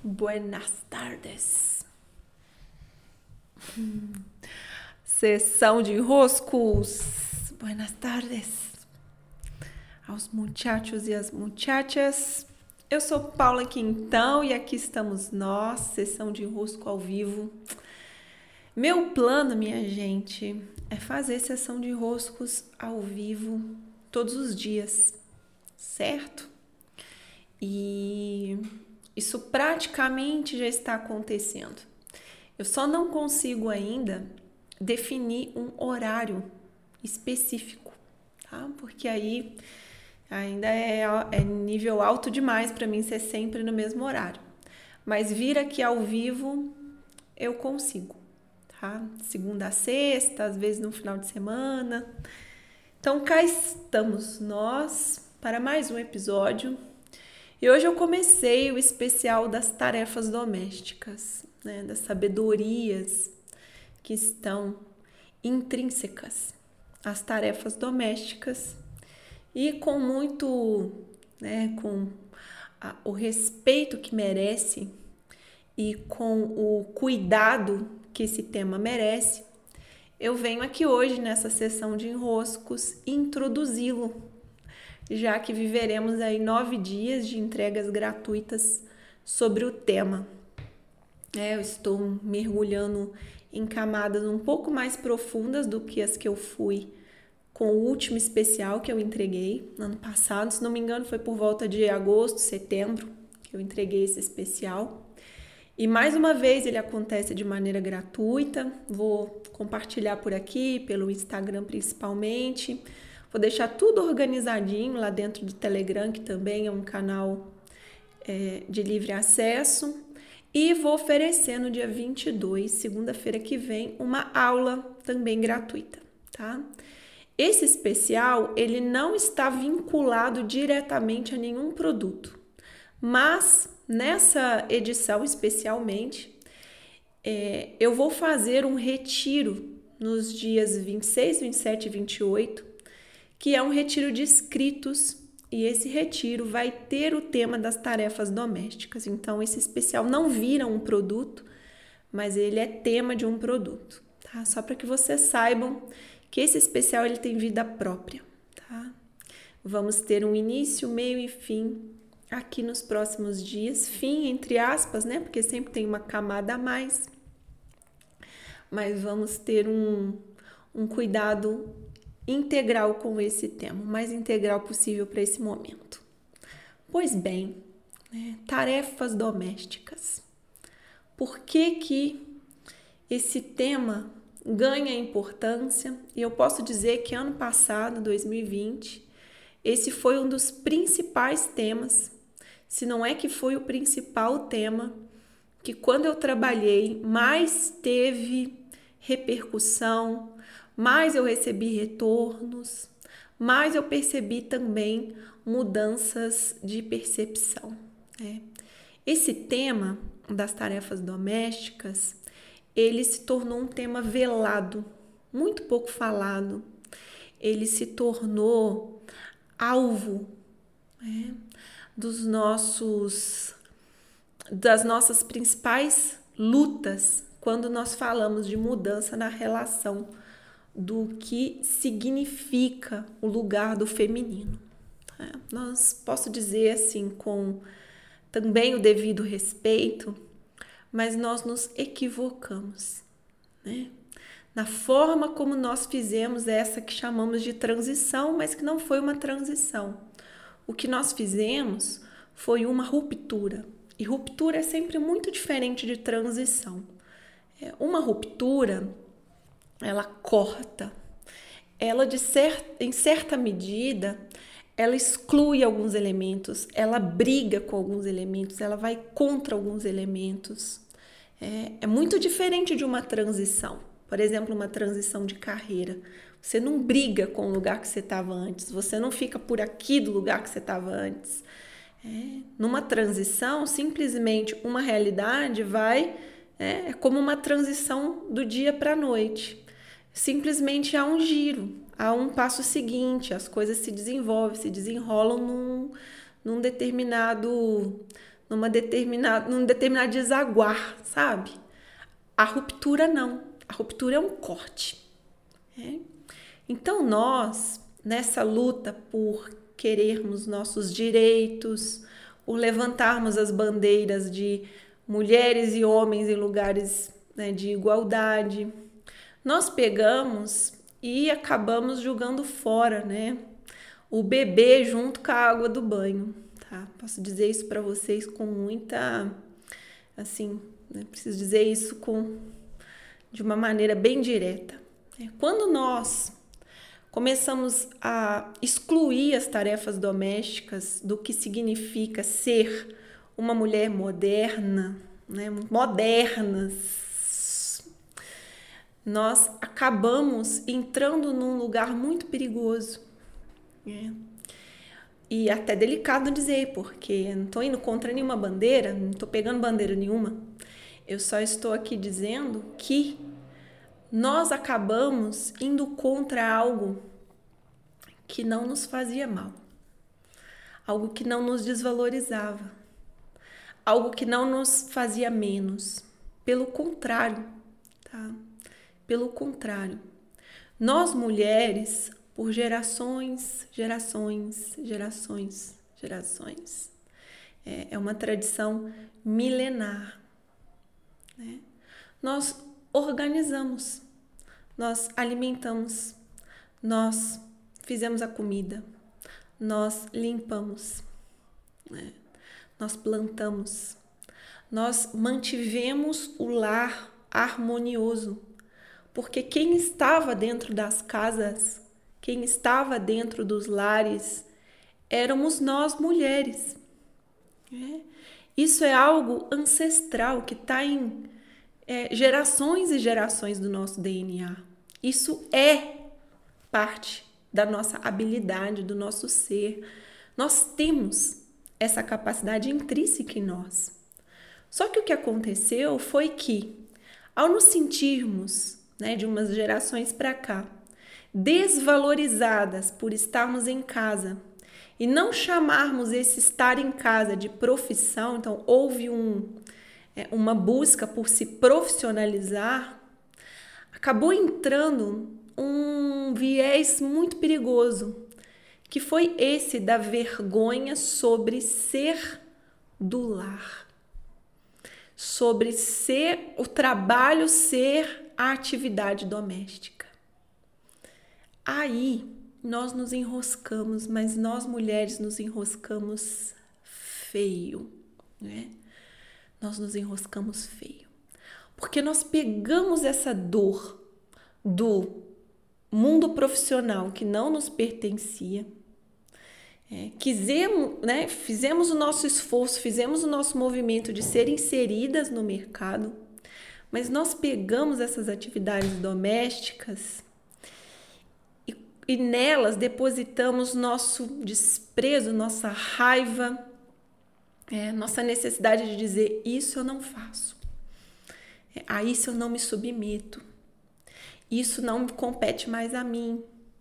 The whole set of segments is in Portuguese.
Buenas tardes. Sessão de enroscos. Buenas tardes aos muchachos e as muchachas. Eu sou Paula Quintão e aqui estamos nós, sessão de enrosco ao vivo. Meu plano, minha gente, é fazer sessão de enroscos ao vivo todos os dias, certo? E isso praticamente já está acontecendo. Eu só não consigo ainda definir um horário específico, tá? Porque aí ainda é nível alto demais para mim ser sempre no mesmo horário. Mas vir aqui ao vivo eu consigo, tá? Segunda a sexta, às vezes no final de semana. Então cá estamos nós para mais um episódio. E hoje eu comecei o especial das tarefas domésticas, né? Das sabedorias que estão intrínsecas às tarefas domésticas e com muito, né, com o respeito que merece e com o cuidado que esse tema merece, eu venho aqui hoje nessa sessão de enroscos introduzi-lo, já que viveremos aí 9 dias de entregas gratuitas sobre o tema. Eu estou mergulhando em camadas um pouco mais profundas do que as que eu fui com o último especial que eu entreguei no ano passado. Se não me engano, foi por volta de agosto, setembro que eu entreguei esse especial. E mais uma vez ele acontece de maneira gratuita. Vou compartilhar por aqui, pelo Instagram principalmente. Vou deixar tudo organizadinho lá dentro do Telegram, que também é um canal de livre acesso. E vou oferecer no dia 22, segunda-feira que vem, uma aula também gratuita, tá? Esse especial, ele não está vinculado diretamente a nenhum produto, mas nessa edição especialmente, eu vou fazer um retiro nos dias 26, 27 e 28, que é um retiro de inscritos, e esse retiro vai ter o tema das tarefas domésticas. Então, esse especial não vira um produto, mas ele é tema de um produto, tá? Só para que vocês saibam que esse especial ele tem vida própria, tá? Vamos ter um início, meio e fim aqui nos próximos dias. Fim, entre aspas, né? Porque sempre tem uma camada a mais. Mas vamos ter um cuidado integral com esse tema, o mais integral possível para esse momento. Pois bem, né, tarefas domésticas. Por que esse tema ganha importância? E eu posso dizer que ano passado, 2020, esse foi um dos principais temas, se não é que foi o principal tema, que quando eu trabalhei mais teve repercussão, mais eu recebi retornos, mais eu percebi também mudanças de percepção, né? Esse tema das tarefas domésticas, ele se tornou um tema velado, muito pouco falado. Ele se tornou alvo, né, das nossas principais lutas quando nós falamos de mudança na relação do que significa o lugar do feminino. Nós posso dizer assim com também o devido respeito, mas nós nos equivocamos, né? Na forma como nós fizemos essa que chamamos de transição, mas que não foi uma transição. O que nós fizemos foi uma ruptura. E ruptura é sempre muito diferente de transição. Uma ruptura, ela corta. Ela, em certa medida, ela exclui alguns elementos, ela briga com alguns elementos, ela vai contra alguns elementos. É muito diferente de uma transição. Por exemplo, uma transição de carreira. Você não briga com o lugar que você estava antes, você não fica por aqui do lugar que você estava antes. Numa transição, simplesmente uma realidade é como uma transição do dia para a noite. Simplesmente há um giro, há um passo seguinte, as coisas se desenvolvem, se desenrolam num determinado num determinado desaguar, sabe? A ruptura não. A ruptura é um corte. Né? Então nós, nessa luta por querermos nossos direitos, por levantarmos as bandeiras de mulheres e homens em lugares, né, de igualdade, nós pegamos e acabamos jogando fora, né, o bebê junto com a água do banho, tá? Posso dizer isso para vocês com muita, assim, né, preciso dizer isso de uma maneira bem direta. Quando nós começamos a excluir as tarefas domésticas do que significa ser uma mulher moderna, né, modernas, nós acabamos entrando num lugar muito perigoso. Né? E até delicado dizer, porque não estou indo contra nenhuma bandeira, não estou pegando bandeira nenhuma, eu só estou aqui dizendo que nós acabamos indo contra algo que não nos fazia mal, algo que não nos desvalorizava, algo que não nos fazia menos. Pelo contrário, tá? Pelo contrário, nós mulheres, por gerações, é uma tradição milenar, né? Nós organizamos, nós alimentamos, nós fizemos a comida, nós limpamos, né? Nós plantamos, nós mantivemos o lar harmonioso, porque quem estava dentro das casas, quem estava dentro dos lares, éramos nós mulheres. Né? Isso é algo ancestral que está em gerações e gerações do nosso DNA. Isso é parte da nossa habilidade, do nosso ser. Nós temos essa capacidade intrínseca em nós. Só que o que aconteceu foi que, ao nos sentirmos, né, de umas gerações para cá, desvalorizadas por estarmos em casa e não chamarmos esse estar em casa de profissão, então houve uma busca por se profissionalizar, acabou entrando um viés muito perigoso, que foi esse da vergonha sobre ser do lar, sobre ser o trabalho, ser a atividade doméstica. Aí nós nos enroscamos, mas nós mulheres nos enroscamos feio, né? Nós nos enroscamos feio, porque nós pegamos essa dor do mundo profissional que não nos pertencia, fizemos o nosso esforço, fizemos o nosso movimento de ser inseridas no mercado, mas nós pegamos essas atividades domésticas e nelas depositamos nosso desprezo, nossa raiva, nossa necessidade de dizer: isso eu não faço, a isso eu não me submeto, isso não compete mais a mim.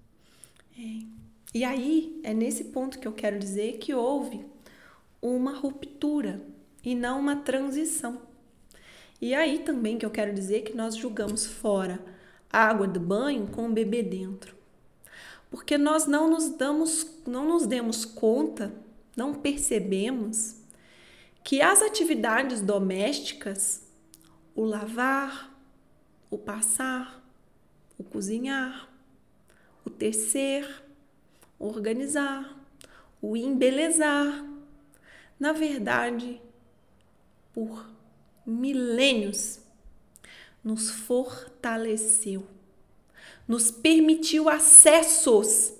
E aí é nesse ponto que eu quero dizer que houve uma ruptura e não uma transição. E aí também que eu quero dizer que nós jogamos fora a água do banho com o bebê dentro. Porque nós não nos demos conta, não percebemos que as atividades domésticas, o lavar, o passar, o cozinhar, o tecer, o organizar, o embelezar, na verdade, por milênios, nos fortaleceu, nos permitiu acessos,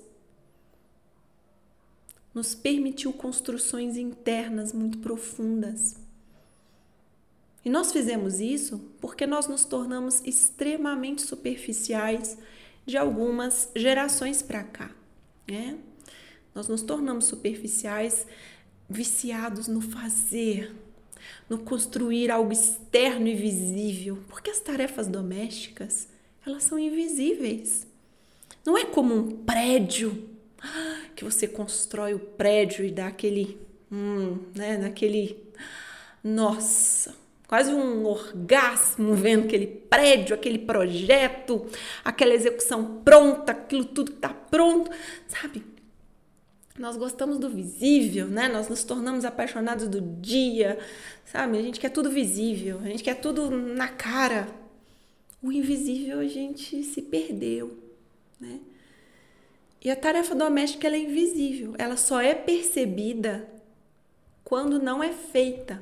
nos permitiu construções internas muito profundas. E nós fizemos isso porque nós nos tornamos extremamente superficiais de algumas gerações para cá, né? Nós nos tornamos superficiais, viciados no fazer, no construir algo externo e visível, porque as tarefas domésticas, elas são invisíveis. Não é como um prédio, que você constrói o prédio e dá aquele Nossa, quase um orgasmo vendo aquele prédio, aquele projeto, aquela execução pronta, aquilo tudo que tá pronto, sabe? Nós gostamos do visível, né? Nós nos tornamos apaixonados do dia, sabe? A gente quer tudo visível, a gente quer tudo na cara. O invisível a gente se perdeu, né? E a tarefa doméstica ela é invisível, ela só é percebida quando não é feita.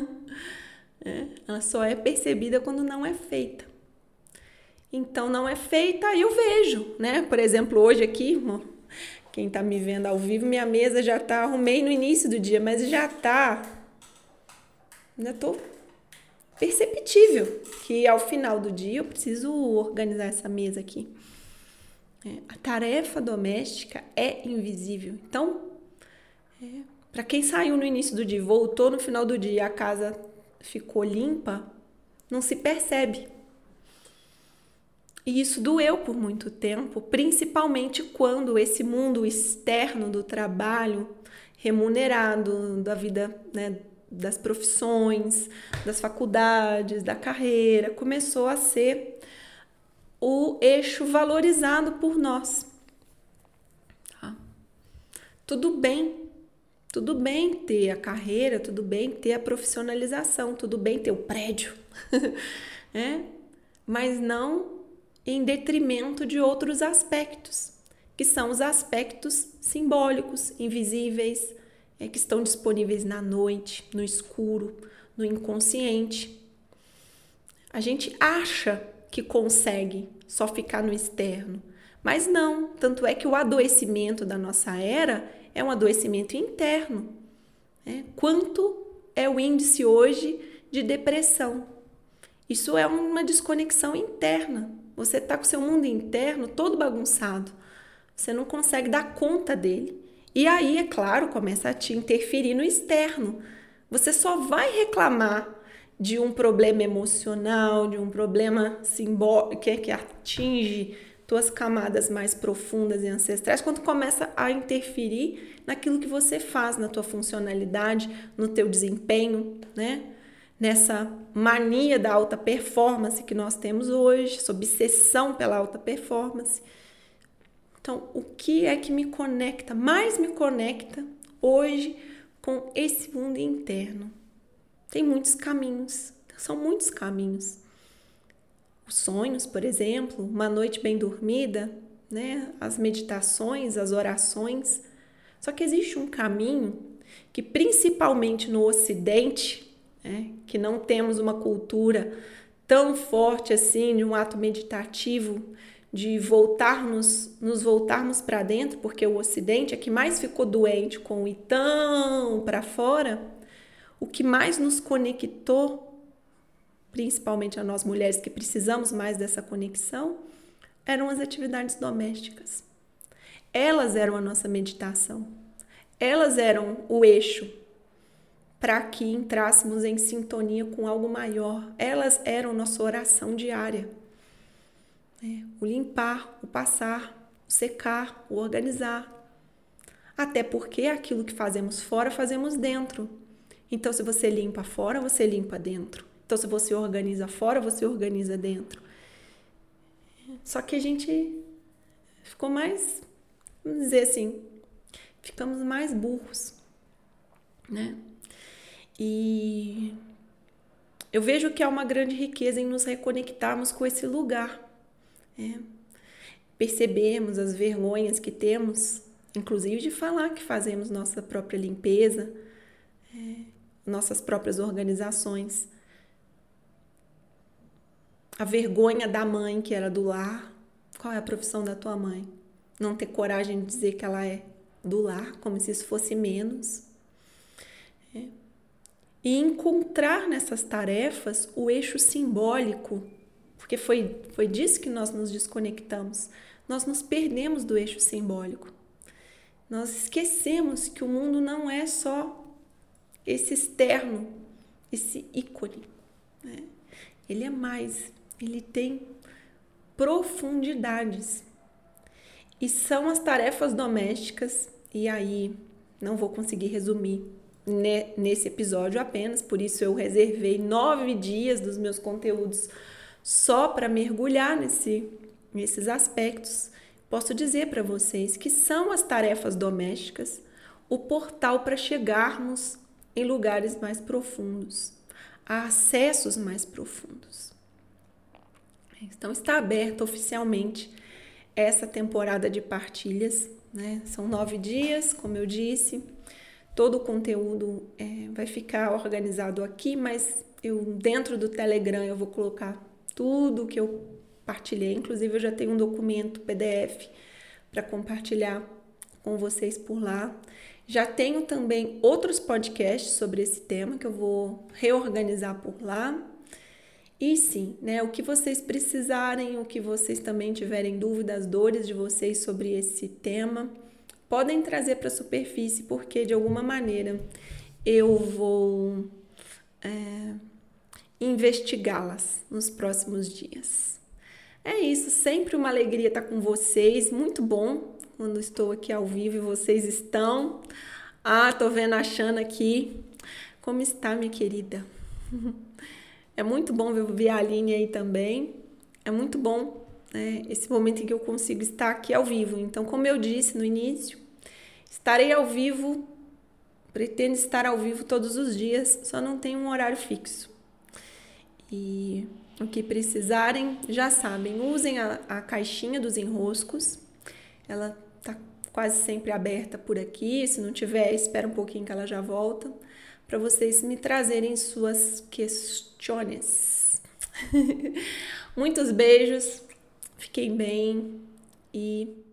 Ela só é percebida quando não é feita. Então, não é feita, eu vejo, né? Por exemplo, hoje aqui, quem tá me vendo ao vivo, minha mesa já tá, arrumei no início do dia, mas ainda tô perceptível que ao final do dia eu preciso organizar essa mesa aqui. A tarefa doméstica é invisível. Então, para quem saiu no início do dia, voltou no final do dia e a casa ficou limpa, não se percebe. E isso doeu por muito tempo, principalmente quando esse mundo externo do trabalho remunerado, da vida, né, das profissões, das faculdades, da carreira, começou a ser o eixo valorizado por nós. Tá? Tudo bem ter a carreira, tudo bem ter a profissionalização, tudo bem ter o prédio, mas não em detrimento de outros aspectos, que são os aspectos simbólicos, invisíveis, que estão disponíveis na noite, no escuro, no inconsciente. A gente acha que consegue só ficar no externo, mas não. Tanto é que o adoecimento da nossa era é um adoecimento interno. Quanto é o índice hoje de depressão? Isso é uma desconexão interna. Você está com o seu mundo interno todo bagunçado. Você não consegue dar conta dele. E aí, é claro, começa a te interferir no externo. Você só vai reclamar de um problema emocional, de um problema simbólico que atinge tuas camadas mais profundas e ancestrais, quando começa a interferir naquilo que você faz, na tua funcionalidade, no teu desempenho, né? Nessa mania da alta performance que nós temos hoje, essa obsessão pela alta performance. Então, o que é que mais me conecta hoje com esse mundo interno? Tem muitos caminhos, são muitos caminhos. Os sonhos, por exemplo, uma noite bem dormida, né? As meditações, as orações. Só que existe um caminho que, principalmente no Ocidente, que não temos uma cultura tão forte assim de um ato meditativo, de nos voltarmos para dentro, porque o Ocidente é que mais ficou doente com o ir tão para fora. O que mais nos conectou, principalmente a nós mulheres que precisamos mais dessa conexão, eram as atividades domésticas. Elas eram a nossa meditação. Elas eram o eixo para que entrássemos em sintonia com algo maior. Elas eram nossa oração diária. O limpar, o passar, o secar, o organizar. Até porque aquilo que fazemos fora, fazemos dentro. Então, se você limpa fora, você limpa dentro. Então, se você organiza fora, você organiza dentro. Só que a gente ficou mais, vamos dizer assim, ficamos mais burros, né? E eu vejo que há uma grande riqueza em nos reconectarmos com esse lugar. Percebemos as vergonhas que temos, inclusive de falar que fazemos nossa própria limpeza, nossas próprias organizações. A vergonha da mãe que era do lar. Qual é a profissão da tua mãe? Não ter coragem de dizer que ela é do lar, como se isso fosse menos. E encontrar nessas tarefas o eixo simbólico, porque foi disso que nós nos desconectamos. Nós nos perdemos do eixo simbólico. Nós esquecemos que o mundo não é só esse externo, esse ícone. Ele é mais, ele tem profundidades. E são as tarefas domésticas, e aí não vou conseguir resumir nesse episódio apenas, por isso eu reservei 9 dias dos meus conteúdos só para mergulhar nesses aspectos. Posso dizer para vocês que são as tarefas domésticas o portal para chegarmos em lugares mais profundos, a acessos mais profundos. Então está aberta oficialmente essa temporada de partilhas, né? São 9 dias, como eu disse. Todo o conteúdo vai ficar organizado aqui, mas dentro do Telegram eu vou colocar tudo que eu partilhei. Inclusive eu já tenho um documento PDF para compartilhar com vocês por lá. Já tenho também outros podcasts sobre esse tema que eu vou reorganizar por lá. E sim, né, o que vocês precisarem, o que vocês também tiverem dúvidas, dores de vocês sobre esse tema, podem trazer para a superfície, porque de alguma maneira eu vou investigá-las nos próximos dias. É isso, sempre uma alegria estar com vocês, muito bom quando estou aqui ao vivo e vocês estão. Tô vendo a Xana aqui. Como está, minha querida? É muito bom ver a Aline aí também. É muito bom, né, esse momento em que eu consigo estar aqui ao vivo. Então, como eu disse no início, estarei ao vivo, pretendo estar ao vivo todos os dias, só não tenho um horário fixo. E o que precisarem, já sabem, usem a caixinha dos enroscos. Ela tá quase sempre aberta por aqui. Se não tiver, espera um pouquinho que ela já volta, para vocês me trazerem suas questões. Muitos beijos, fiquem bem e